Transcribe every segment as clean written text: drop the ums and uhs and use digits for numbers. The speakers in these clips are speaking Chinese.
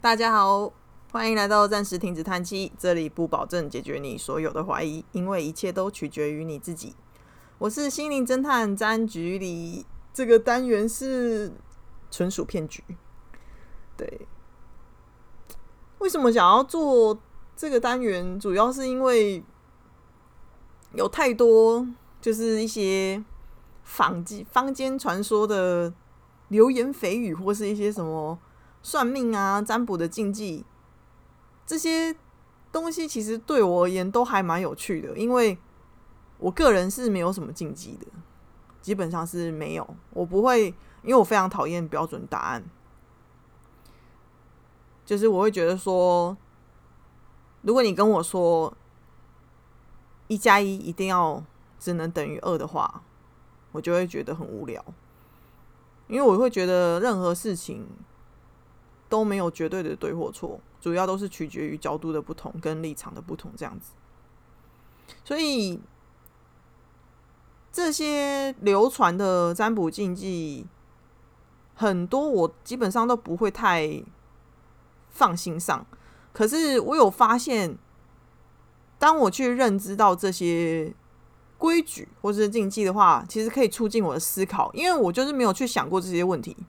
大家好，欢迎来到暂时停止叹气，这里不保证解决你所有的怀疑，因为一切都取决于你自己。我是心灵侦探詹局里，这个单元是纯属骗局。对，为什么想要做这个单元？主要是因为有太多就是一些坊间传说的流言蜚语，或是一些什么算命啊、占卜的禁忌，这些东西其实对我而言都还蛮有趣的，因为我个人是没有什么禁忌的，基本上是没有。我不会，因为我非常讨厌标准答案，就是我会觉得说，如果你跟我说1+1一定要只能等于2的话，我就会觉得很无聊，因为我会觉得任何事情都没有绝对的对或错，主要都是取决于角度的不同跟立场的不同这样子。所以这些流传的占卜禁忌，很多我基本上都不会太放心上。可是我有发现，当我去认知到这些规矩或是禁忌的话，其实可以促进我的思考，因为我就是没有去想过这些问题。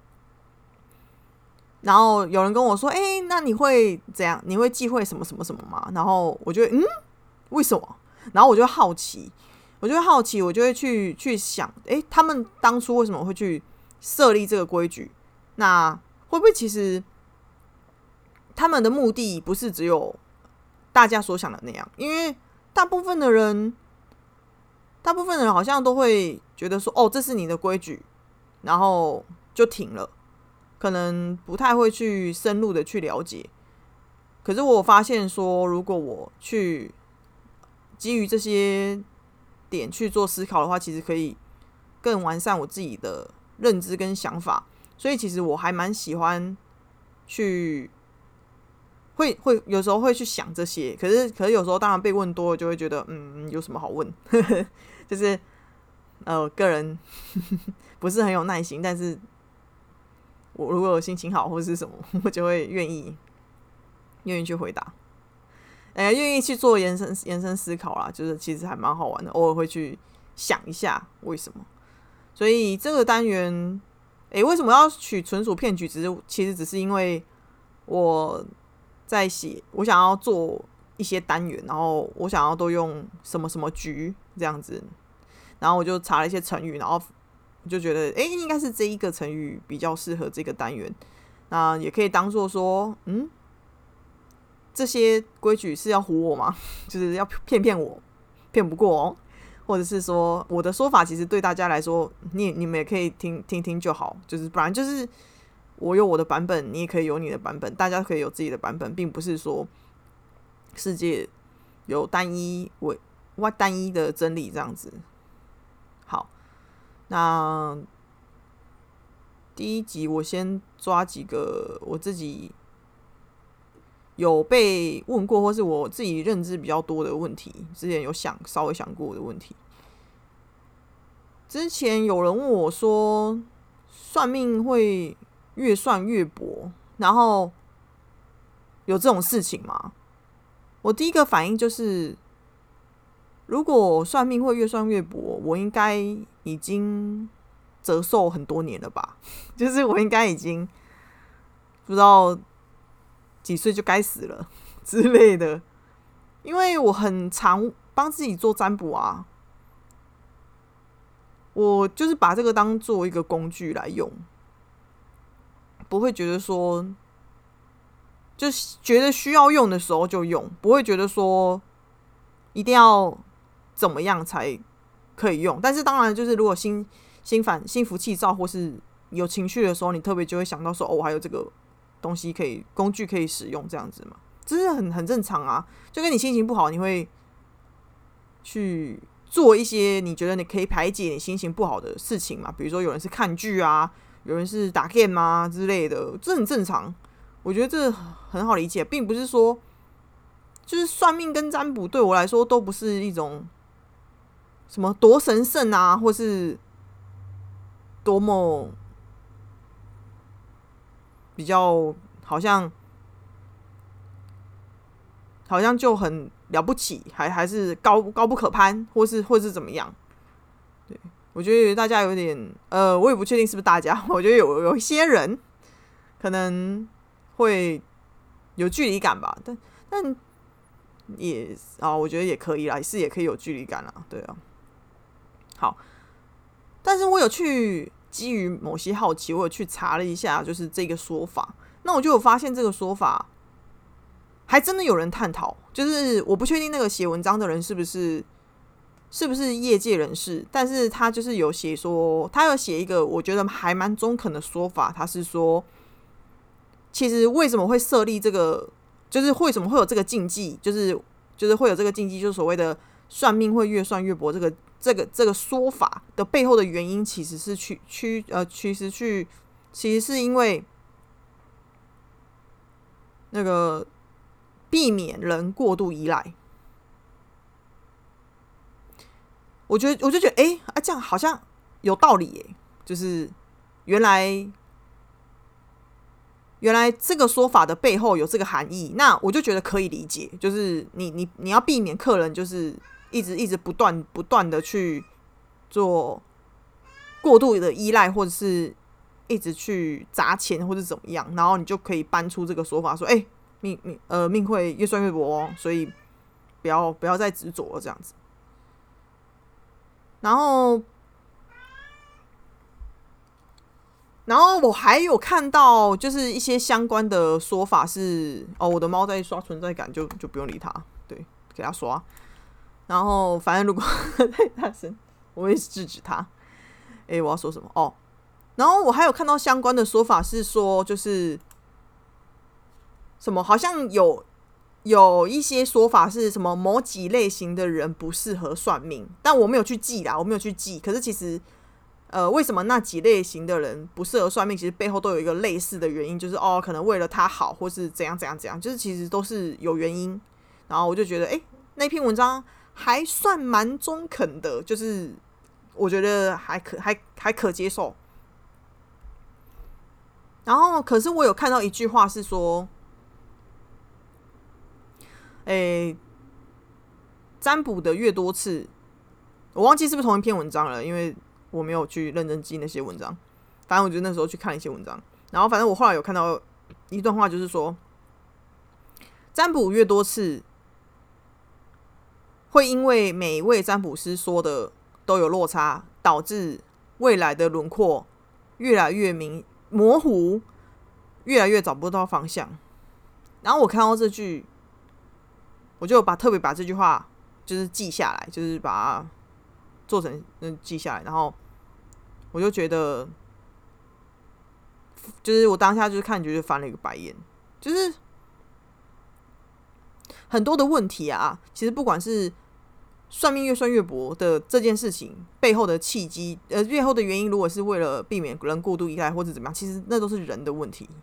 然后有人跟我说：“那你会怎样？你会忌讳什么什么什么吗？”然后我就会为什么？然后我就好奇，我就会去想，他们当初为什么会去设立这个规矩？那会不会其实他们的目的不是只有大家所想的那样？因为大部分的人好像都会觉得说，这是你的规矩，然后就停了，可能不太会去深入的去了解。可是我发现说，如果我去基于这些点去做思考的话，其实可以更完善我自己的认知跟想法。所以其实我还蛮喜欢去会有时候会去想这些，可是有时候当然被问多了，就会觉得有什么好问，就是个人不是很有耐心，但是我如果有心情好或是什么，我就会愿意去回答，愿意去做延伸思考啦，就是其实还蛮好玩的，偶尔会去想一下为什么。所以这个单元，为什么要取纯属骗局？其实只是因为我在写，我想要做一些单元，然后我想要都用什么什么局这样子，然后我就查了一些成语，然后就觉得应该是这一个成语比较适合这个单元，那也可以当做说这些规矩是要唬我吗？就是要骗我，骗不过哦。或者是说我的说法其实对大家来说，你们也可以听就好，就是不然就是我有我的版本，你也可以有你的版本，大家可以有自己的版本，并不是说世界有单一的真理这样子。好，那第一集我先抓几个我自己有被问过，或是我自己认知比较多的问题，之前有稍微想过的问题。之前有人问我说，算命会越算越薄，然后有这种事情吗？我第一个反应就是，如果算命会越算越薄，我应该已经折寿很多年了吧？就是我应该已经不知道几岁就该死了之类的，因为我很常帮自己做占卜啊，我就是把这个当做一个工具来用，不会觉得说，就是觉得需要用的时候就用，不会觉得说一定要怎么样才可以用。但是当然，就是如果心浮气躁或是有情绪的时候，你特别就会想到说，我还有这个东西工具可以使用，这样子嘛，这是很正常啊。就跟你心情不好，你会去做一些你觉得你可以排解你心情不好的事情嘛，比如说有人是看剧啊，有人是打 game 啊之类的，这很正常。我觉得这很好理解，并不是说就是算命跟占卜对我来说都不是一种什么多神圣啊，或是多么比较好像好像就很了不起，还是高不可攀，或是怎么样？对，我觉得大家有点我也不确定是不是大家，我觉得有一些人可能会有距离感吧，但也我觉得也可以啦，也可以有距离感啦，对啊。好，但是我有去基于某些好奇，我有去查了一下，就是这个说法，那我就有发现这个说法还真的有人探讨，就是我不确定那个写文章的人是不是业界人士，但是他就是有写说，他有写一个我觉得还蛮中肯的说法，他是说，其实为什么会设立这个，就是为什么会有这个禁忌，就是会有这个禁忌，就是所谓的算命会越算越薄这个说法的背后的原因，其实是其实是因为那个避免人过度依赖。我就觉得，这样好像有道理耶。就是原来这个说法的背后有这个含义，那我就觉得可以理解。就是你要避免客人就是一直不断的去做过度的依赖，或者是一直去砸钱或者怎么样，然后你就可以搬出这个说法说，命会越算越薄哦，所以不要再执着了这样子。然后我还有看到，就是一些相关的说法是，我的猫在刷存在感，就不用理它，对，给它刷。然后反正如果太大声，我会制止它。我要说什么？然后我还有看到相关的说法是说，就是什么好像有一些说法是什么某几类型的人不适合算命，但我没有去记啦，可是其实为什么那几类型的人不适合算命，其实背后都有一个类似的原因，就是可能为了他好，或是怎样，就是其实都是有原因。然后我就觉得那篇文章还算蛮中肯的，就是我觉得还可接受。然后可是我有看到一句话是说，占卜的越多次，我忘记是不是同一篇文章了，因为我没有去认真记那些文章。反正我就那时候去看一些文章，然后反正我后来有看到一段话，就是说，占卜越多次，会因为每一位占卜师说的都有落差，导致未来的轮廓越来越模糊，越来越找不到方向。然后我看到这句，我就特别把这句话就是记下来，就是把它做成记下来，然后我就觉得，就是我当下就是看，觉得翻了一个白眼，就是很多的问题啊，其实不管是算命越算越薄的这件事情背后的契机，背后的原因，如果是为了避免人过度依赖或者怎么样，其实那都是人的问题，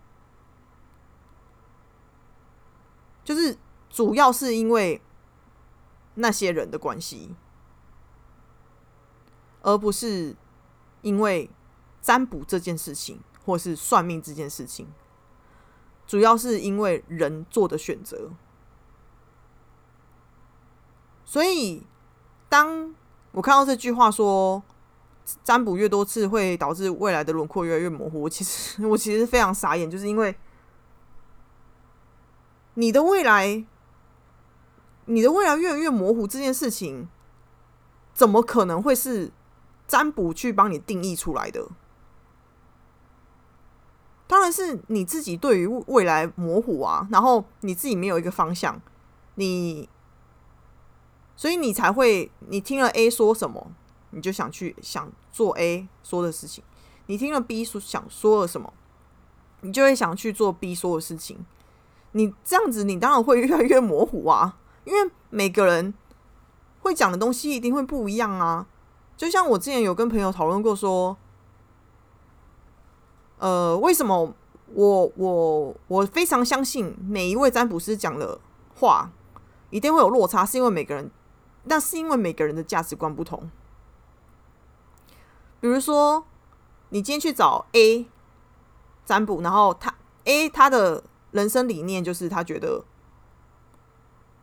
就是主要是因为那些人的关系，而不是因为占卜这件事情或是算命这件事情，主要是因为人做的选择。所以当我看到这句话说占卜越多次会导致未来的轮廓越来越模糊，我其实非常傻眼，就是因为你的未来越来越模糊这件事情，怎么可能会是占卜去帮你定义出来的？当然是你自己对于未来模糊啊，然后你自己没有一个方向，所以你才会，你听了 A 说什么，你就想做 A 说的事情；你听了 B 想说了什么，你就会想去做 B 说的事情。你这样子，你当然会越来越模糊啊，因为每个人会讲的东西一定会不一样啊。就像我之前有跟朋友讨论过说，为什么我非常相信每一位占卜师讲的话一定会有落差，是因为每个人的价值观不同。比如说，你今天去找 A 占卜，然后他的人生理念就是他觉得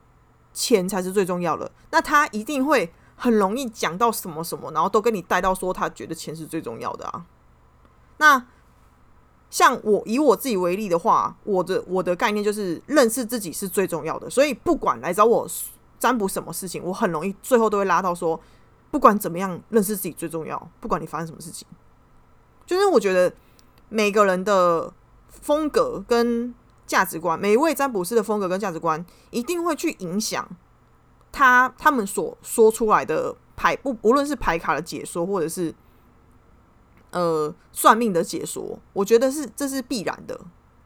钱才是最重要的，那他一定会很容易讲到什么什么，然后都跟你带到说他觉得钱是最重要的啊。那像以我自己为例的话，我的概念就是认识自己是最重要的，所以不管来找我占卜什么事情，我很容易最后都会拉到说，不管怎么样，认识自己最重要，不管你发生什么事情。就是我觉得每个人的风格跟价值观，每一位占卜师的风格跟价值观，一定会去影响他们所说出来的无论是牌卡的解说，或者是算命的解说，我觉得这是必然的，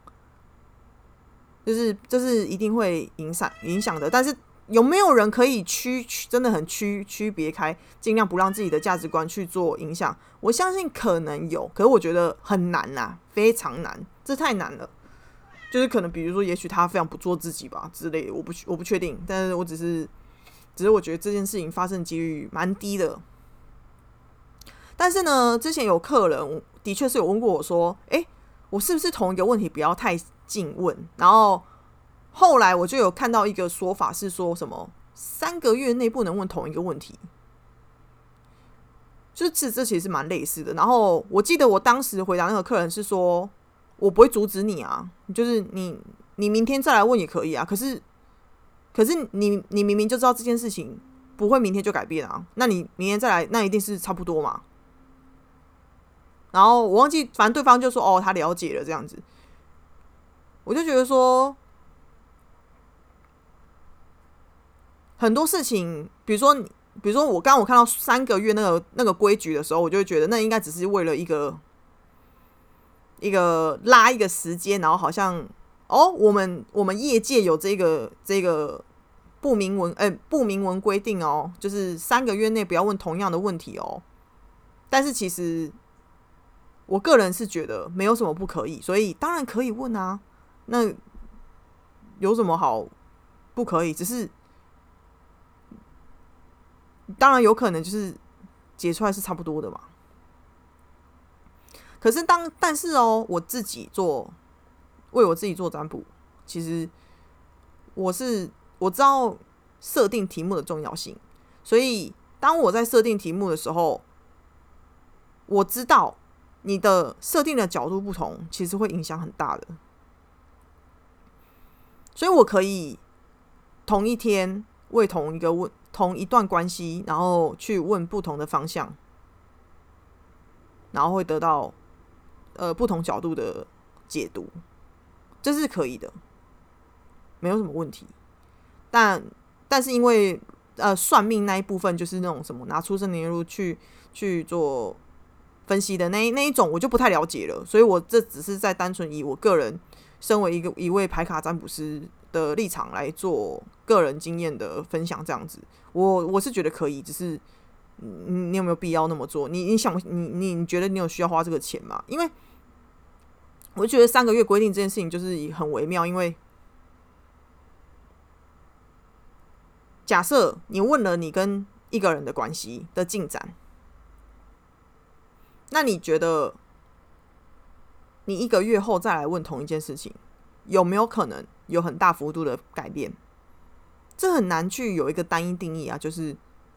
就是这是一定会影响的。但是有没有人可以真的很区别开，尽量不让自己的价值观去做影响？我相信可能有，可是我觉得很难啊，非常难，这太难了。就是可能比如说，也许他非常不做自己吧之类的，我不确定。但是我只是我觉得这件事情发生的几率蛮低的。但是呢，之前有客人的确是有问过我说，我是不是同一个问题不要太近问？然后后来我就有看到一个说法是说什么3个月内不能问同一个问题，就是这其实是蛮类似的。然后我记得我当时回答那个客人是说，我不会阻止你啊，就是你明天再来问也可以啊。可是你明明就知道这件事情不会明天就改变啊，那你明天再来，那一定是差不多嘛。然后我忘记，反正对方就说他了解了这样子。我就觉得说，很多事情，比如说我刚刚我看到3个月那个规矩的时候，我就会觉得那应该只是为了一个拉一个时间，然后好像我们业界有这个不明文规定就是3个月内不要问同样的问题但是其实我个人是觉得没有什么不可以，所以当然可以问啊。那有什么好不可以？只是当然有可能就是解出来是差不多的嘛。可是但是我自己为我自己做占卜，其实我知道设定题目的重要性，所以当我在设定题目的时候，我知道你的设定的角度不同，其实会影响很大的。所以我可以同一天为同一段关系，然后去问不同的方向，然后会得到不同角度的解读，这是可以的，没有什么问题。但是因为算命那一部分就是那种什么拿出生年月日去做分析的那一种，我就不太了解了。所以我这只是在单纯以我个人身为一位牌卡占卜师的立场来做个人经验的分享，这样子，我是觉得可以，只是你有没有必要那么做？你觉得你有需要花这个钱吗？因为我觉得3个月规定这件事情就是很微妙，因为假设你问了你跟一个人的关系的进展，那你觉得你1个月后再来问同一件事情，有没有可能有很大幅度的改变？这很难去有一个单一定义啊，就是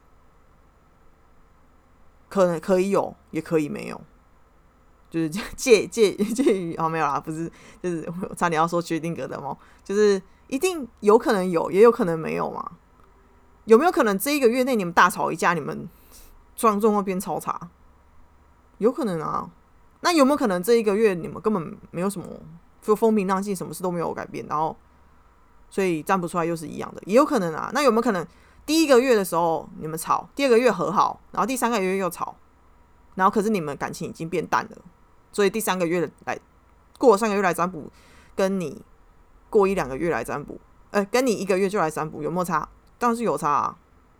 可以有，也可以没有，就是介于没有啦，不是，就是我差点要说薛定谔的猫，就是一定有可能有，也有可能没有嘛。有没有可能这1个月内你们大吵一架，你们状况变超差？有可能啊。那有没有可能这1个月你们根本没有什么，就风平浪静，什么事都没有改变，然后所以占不出来又是一样的？也有可能啊。那有没有可能第1个月的时候你们吵，第2个月和好，然后第3个月又吵，然后可是你们感情已经变淡了，所以第3个月过了3个月来占卜，跟你过1-2个月来占卜，跟你1个月就来占卜，有没有差？当然是有差啊。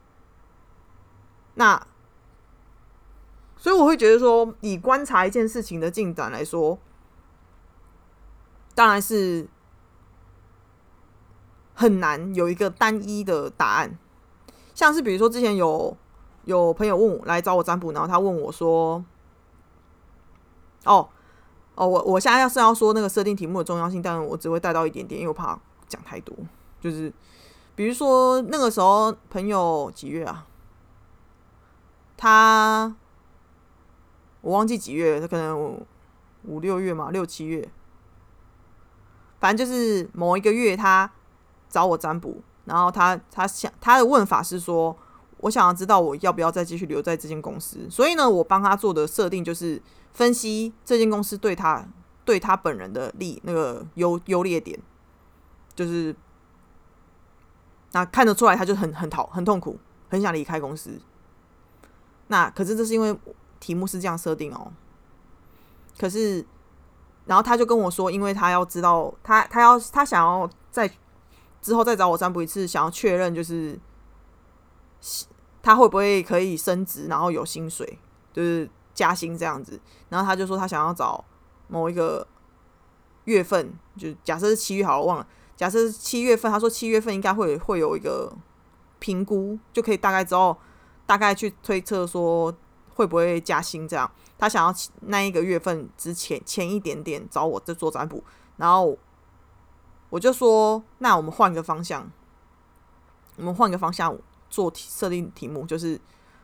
那所以我会觉得说，以观察一件事情的进展来说，当然是很难有一个单一的答案。像是比如说之前有朋友来找我占卜，然后他问我说，我现在要说那个设定题目的重要性，但我只会带到一点点，因为我怕讲太多。就是比如说那个时候朋友几月啊？我忘记几月，他可能5、6月嘛，6、7月，反正就是某一个月他找我占卜，然后他的问法是说，我想要知道我要不要再继续留在这间公司，所以呢，我帮他做的设定就是分析这间公司对他本人的那个优劣点，就是那看得出来他就很痛苦，很想离开公司。那可是这是因为题目是这样设定哦。可是，然后他就跟我说，因为他要知道，他想要之后再找我占卜一次，想要确认就是他会不会可以升职，然后有薪水，就是加薪这样子。然后他就说他想要找某一个月份，就假设是7月好了，忘了。假设是7月份，他说7月份应该会有一个评估，就可以大概知道，大概去推测说会不会加薪这样。他想要那一个月份之前一点点找我做占卜，然后我就说，那我们换个方向，做设定题目，就是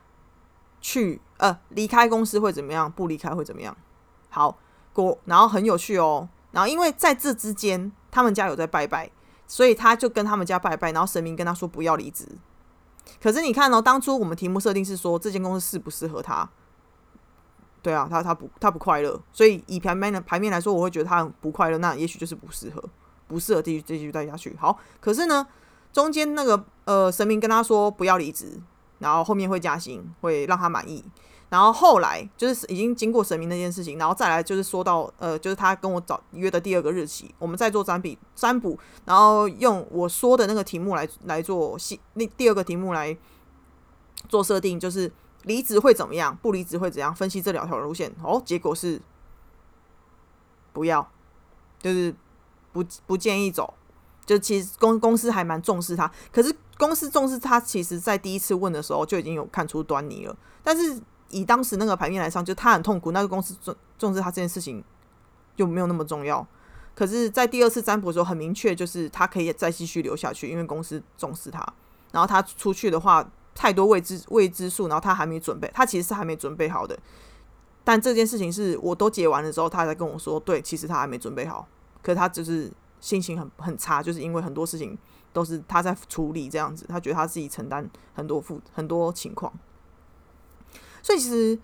离开公司会怎么样，不离开会怎么样。好，然后很有趣哦。然后因为在这之间，他们家有在拜拜，所以他就跟他们家拜拜，然后神明跟他说不要离职。可是你看哦，当初我们题目设定是说这间公司适不适合他。对啊，他不快乐，所以以牌面来说，我会觉得他很不快乐，那也许就是不适合继续待下去。好，可是呢，中间那个神明跟他说不要离职，然后后面会加薪，会让他满意。然后后来就是已经经过神明那件事情，然后再来就是说到就是他跟我约的第2个日期，我们再做占卜，然后用我说的那个题目来做第2个题目来做设定，就是离职会怎么样，不离职会怎样，分析这2条路线。结果是不要，就是不建议走。就其实公司还蛮重视他，可是公司重视他，其实在第一次问的时候就已经有看出端倪了。但是以当时那个牌面来上，就他很痛苦，那个公司重视他这件事情就没有那么重要。可是，在第2次占卜的时候，很明确就是他可以再继续留下去，因为公司重视他。然后他出去的话，太多未知数，然后他还没准备，他其实是还没准备好的。但这件事情是我都解完了之后，他才跟我说，对，其实他还没准备好。可是他就是心情很差，就是因为很多事情都是他在处理这样子，他觉得他自己承担很多情况。所以其实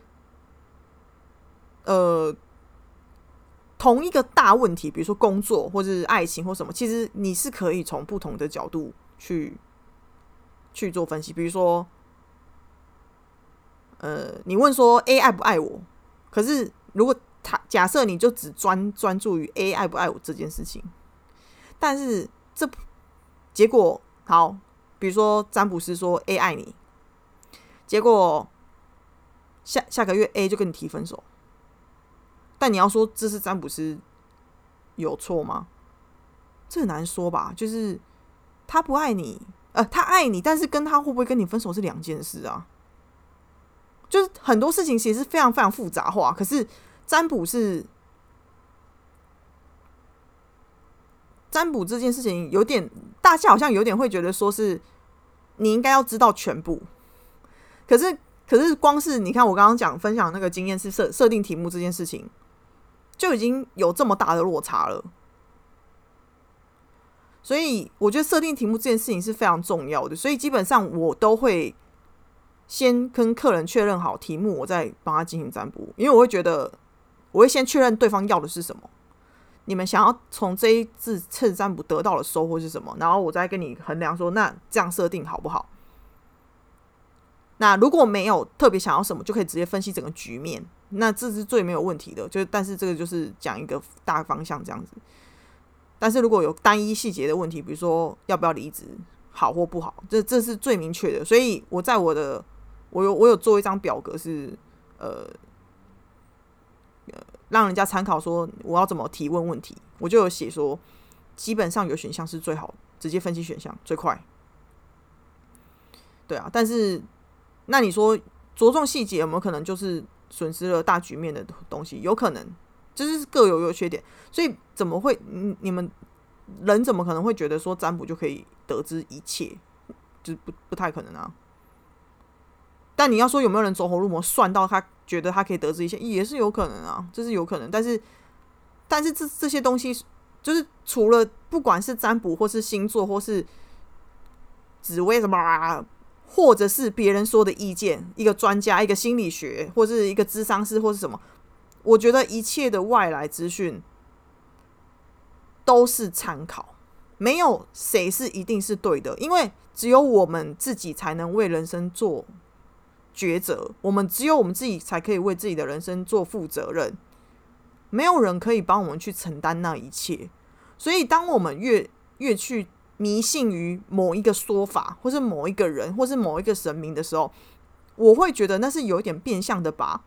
同一个大问题，比如说工作或者是爱情或什么，其实你是可以从不同的角度去做分析。比如说你问说 A 爱不爱我，可是如果假设你就只专注于 A 爱不爱我这件事情，但是这结果好，比如说占卜师说 A 爱你，结果下个月 A 就跟你提分手，但你要说这是占卜师有错吗？这很难说吧。就是他不爱你，他爱你，但是跟他会不会跟你分手是2件事啊。就是很多事情其实是非常非常复杂化，可是占卜这件事情有点，大家好像有点会觉得说是你应该要知道全部，可是光是你看我刚刚分享那个经验是设定题目这件事情，就已经有这么大的落差了。所以我觉得设定题目这件事情是非常重要的，所以基本上我都会先跟客人确认好题目，我再帮他进行占卜，因为我会觉得我会先确认对方要的是什么，你们想要从这一次占卜得到的收获是什么，然后我再跟你衡量说，那这样设定好不好？那如果没有特别想要什么，就可以直接分析整个局面，那这是最没有问题的。但是这个就是讲一个大方向这样子。但是如果有单一细节的问题，比如说要不要离职，好或不好，这是最明确的。所以我在我有做一张表格是让人家参考说我要怎么提问问题，我就有写说基本上有选项是最好，直接分析选项最快。对啊，但是那你说着重细节有没有可能就是损失了大局面的东西？有可能，就是各有优缺点。所以怎么会你们人怎么可能会觉得说占卜就可以得知一切？就是不太可能啊。但你要说有没有人走火入魔算到他觉得他可以得知一切，也是有可能啊，这是有可能。但是这些东西，就是除了不管是占卜或是星座或是紫微什么，或者是别人说的意见，一个专家、一个心理学，或是一个咨商师，或是什么，我觉得一切的外来资讯都是参考，没有谁是一定是对的，因为只有我们自己才能为人生做抉择，只有我们自己才可以为自己的人生做负责任，没有人可以帮我们去承担那一切。所以当我们越去迷信于某一个说法，或是某一个人，或是某一个神明的时候，我会觉得那是有一点变相的把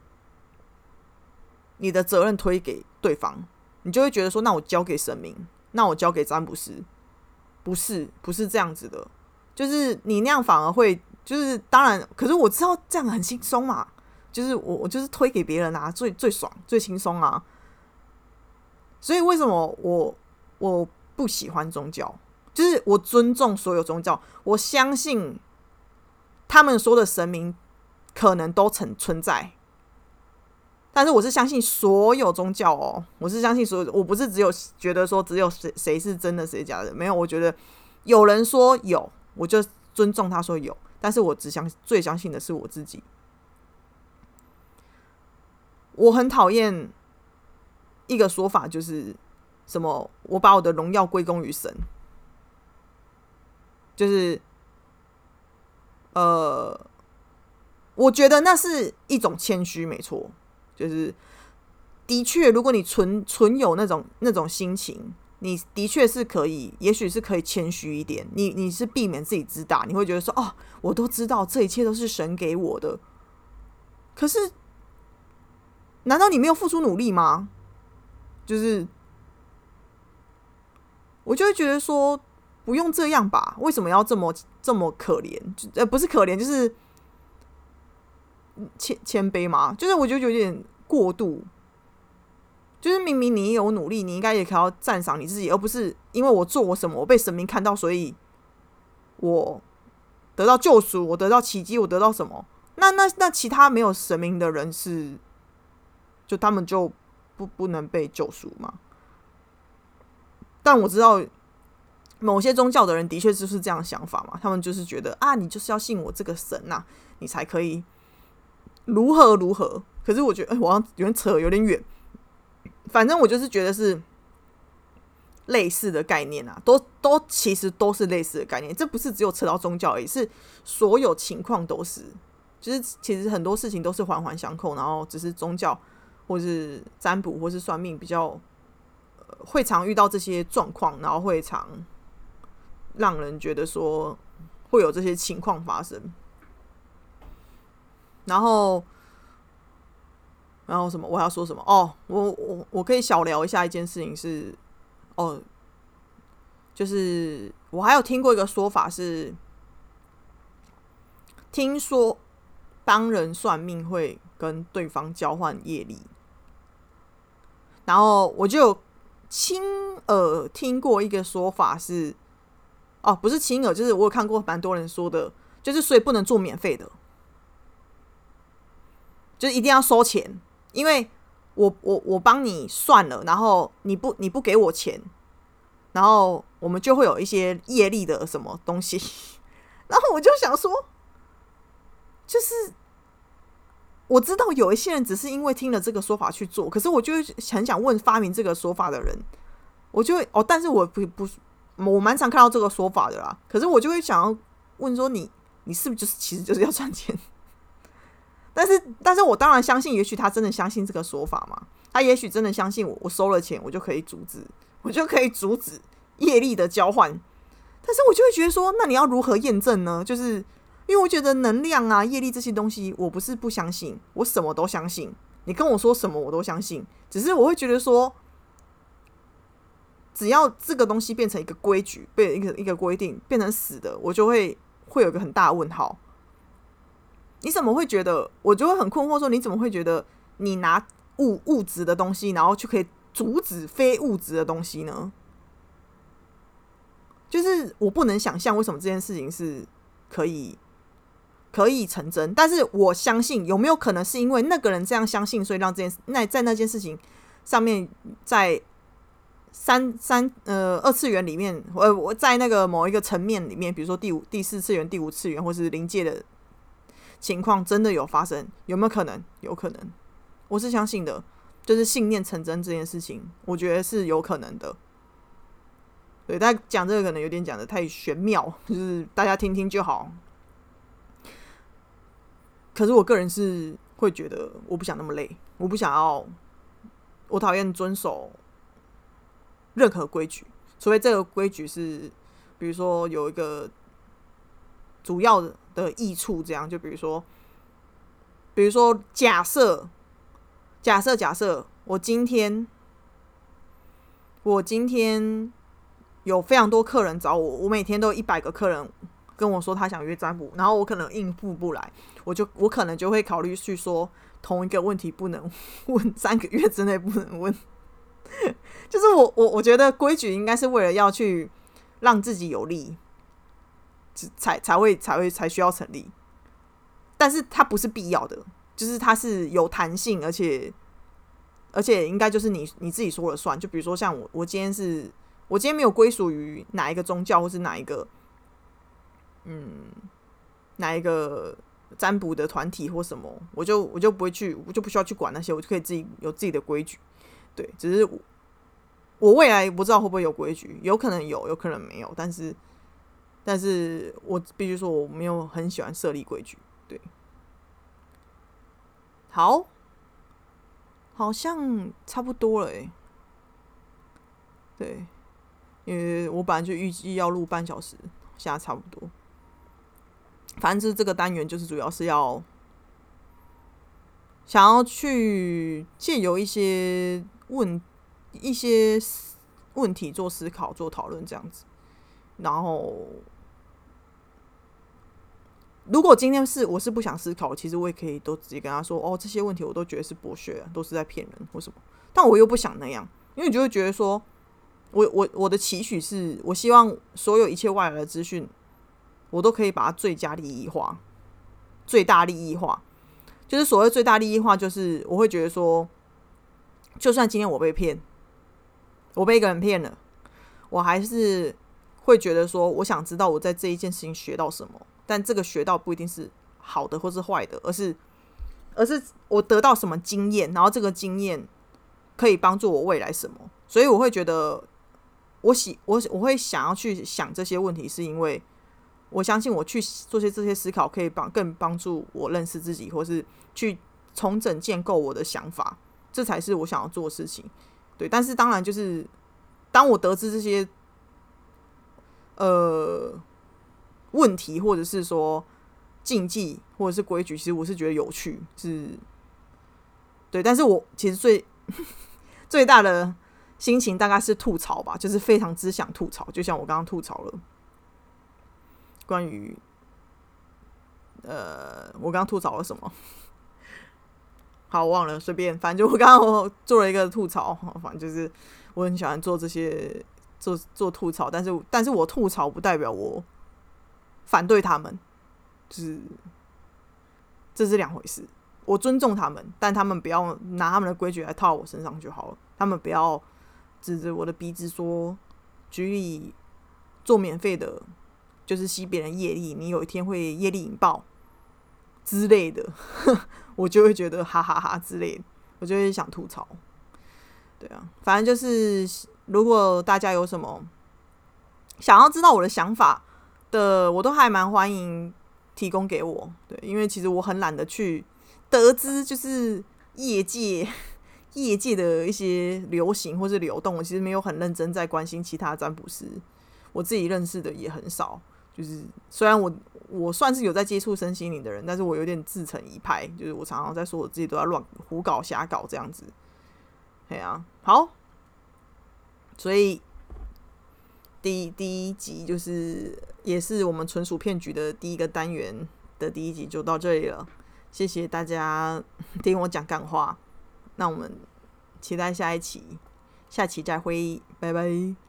你的责任推给对方，你就会觉得说，那我交给神明，那我交给占卜师，不是这样子的，就是你那样反而会，就是当然，可是我知道这样很轻松嘛，就是我就是推给别人啊，最爽最轻松啊。所以为什么我不喜欢宗教？就是我尊重所有宗教，我相信他们说的神明可能都存在，但是我是相信所有宗教哦，我是相信所有，我不是只有觉得说只有谁是真的谁假的，没有，我觉得有人说有，我就尊重他说有，但是我最相信的是我自己。我很讨厌一个说法，就是什么我把我的荣耀归功于神，就是我觉得那是一种谦虚，没错，就是的确，如果你存有那种心情，你的确是可以，也许是可以谦虚一点。你是避免自己自大，你会觉得说，哦，我都知道这一切都是神给我的。可是，难道你没有付出努力吗？就是我就会觉得说，不用这样吧？为什么要这么可怜？不是可怜，就是谦卑嘛。就是我觉得有点过度。就是明明你有努力，你应该也可以要赞赏你自己，而不是因为我做我什么，我被神明看到，所以我得到救赎，我得到奇迹，我得到什么？那其他没有神明的人是，就他们就不能被救赎吗？但我知道某些宗教的人的确就是这样想法嘛，他们就是觉得啊，你就是要信我这个神啊，你才可以如何如何。可是我觉得，我好像有点扯，有点远。反正我就是觉得是类似的概念啊，其实都是类似的概念。这不是只有扯到宗教而已，是所有情况都是。就是其实很多事情都是环环相扣，然后只是宗教或是占卜或是算命比较会常遇到这些状况，然后会常让人觉得说会有这些情况发生。然后什么？我还要说什么？哦，我可以小聊一下一件事情是，哦，就是我还有听过一个说法是，听说帮人算命会跟对方交换业力，然后我就有亲耳听过一个说法是，哦，不是亲耳，就是我有看过蛮多人说的，就是所以不能做免费的，就是一定要收钱。因为我帮你算了，然后你不给我钱，然后我们就会有一些业力的什么东西。然后我就想说，就是我知道有一些人只是因为听了这个说法去做，可是我就很想问发明这个说法的人，我就会但是我我蛮常看到这个说法的啦。可是我就会想要问说，你是不是其实就是要赚钱？但是我当然相信，也许他真的相信这个说法嘛。他也许真的相信我收了钱，我就可以阻止业力的交换。但是我就会觉得说，那你要如何验证呢？就是因为我觉得能量啊、业力这些东西，我不是不相信，我什么都相信。你跟我说什么我都相信，只是我会觉得说，只要这个东西变成一个规矩，被一个规定变成死的，我就会有一个很大的问号。你怎么会觉得？我就会很困惑，说你怎么会觉得你拿物质的东西，然后就可以阻止非物质的东西呢？ 就是我不能想象为什么这件事情是可以成真，但是我相信有没有可能是因为那个人这样相信，所以让在那件事情上面，在二次元里面，我在那个某一个层面里面，比如说第四次元、第五次元，或是临界的情况，真的有发生，有没有可能？有可能，我是相信的，就是信念成真这件事情，我觉得是有可能的。对，但讲这个可能有点讲的太玄妙，就是大家听听就好。可是我个人是会觉得，我不想那么累，我不想要，我讨厌遵守任何规矩，除非这个规矩是，比如说有一个主要的益处，这样就比如说假设我今天有非常多客人找我，我每天都有100个客人跟我说他想约占卜，然后我可能应付不来，我可能就会考虑去说同一个问题不能问，3个月之内不能问。就是我觉得规矩应该是为了要去让自己有利，才需要成立，但是它不是必要的，就是它是有弹性，而且应该就是你自己说了算。就比如说像我今天没有归属于哪一个宗教，或是哪一个占卜的团体或什么，我就不会去，我就不需要去管那些，我就可以有自己的规矩。对，只是我未来不知道会不会有规矩，有可能有可能没有，但是我必须说我没有很喜欢设立规矩。对，好像差不多了对，因为我本来就预计要录半小时，现在差不多。反正这个单元就是主要是想要去借由一些问题做思考、做讨论这样子。然后，如果今天我是不想思考，其实我也可以都直接跟他说：“哦，这些问题我都觉得是剥削，都是在骗人或什么。”但我又不想那样，因为你就会觉得说，我的期许是我希望所有一切外来的资讯，我都可以把它最大利益化。就是所谓最大利益化，就是我会觉得说，就算今天我被骗，我被一个人骗了，我还是会觉得说，我想知道我在这一件事情学到什么，但这个学到不一定是好的或是坏的，而是我得到什么经验，然后这个经验可以帮助我未来什么。所以我会觉得我会想要去想这些问题，是因为我相信我去做这些思考可以更帮助我认识自己，或是去重整建构我的想法，这才是我想要做的事情。对，但是当然就是当我得知这些问题，或者是说禁忌，或者是规矩，其实我是觉得有趣，对。但是我其实最大的心情大概是吐槽吧，就是非常之想吐槽，就像我刚刚吐槽了关于我刚刚吐槽了什么？好，我忘了，随便，反正就我刚刚做了一个吐槽，反正就是我很喜欢做这些做吐槽，但是我吐槽不代表我反对他们，就是这是两回事。我尊重他们，但他们不要拿他们的规矩来套我身上就好了。他们不要指着我的鼻子说，举例做免费的，就是吸别人业力，你有一天会业力引爆之类的，我就会觉得哈哈哈之类的，我就会想吐槽。对啊，反正就是如果大家有什么想要知道我的想法的，我都还蛮欢迎提供给我。对，因为其实我很懒得去得知就是业界的一些流行或是流动，我其实没有很认真在关心其他占卜师，我自己认识的也很少。就是虽然我算是有在接触身心灵的人，但是我有点自成一派，就是我常常在说我自己都在乱胡搞瞎搞这样子。对啊，好，所以第一集就是也是我们纯属骗局的第一个单元的第一集就到这里了，谢谢大家听我讲干话，那我们期待下期再会，拜拜。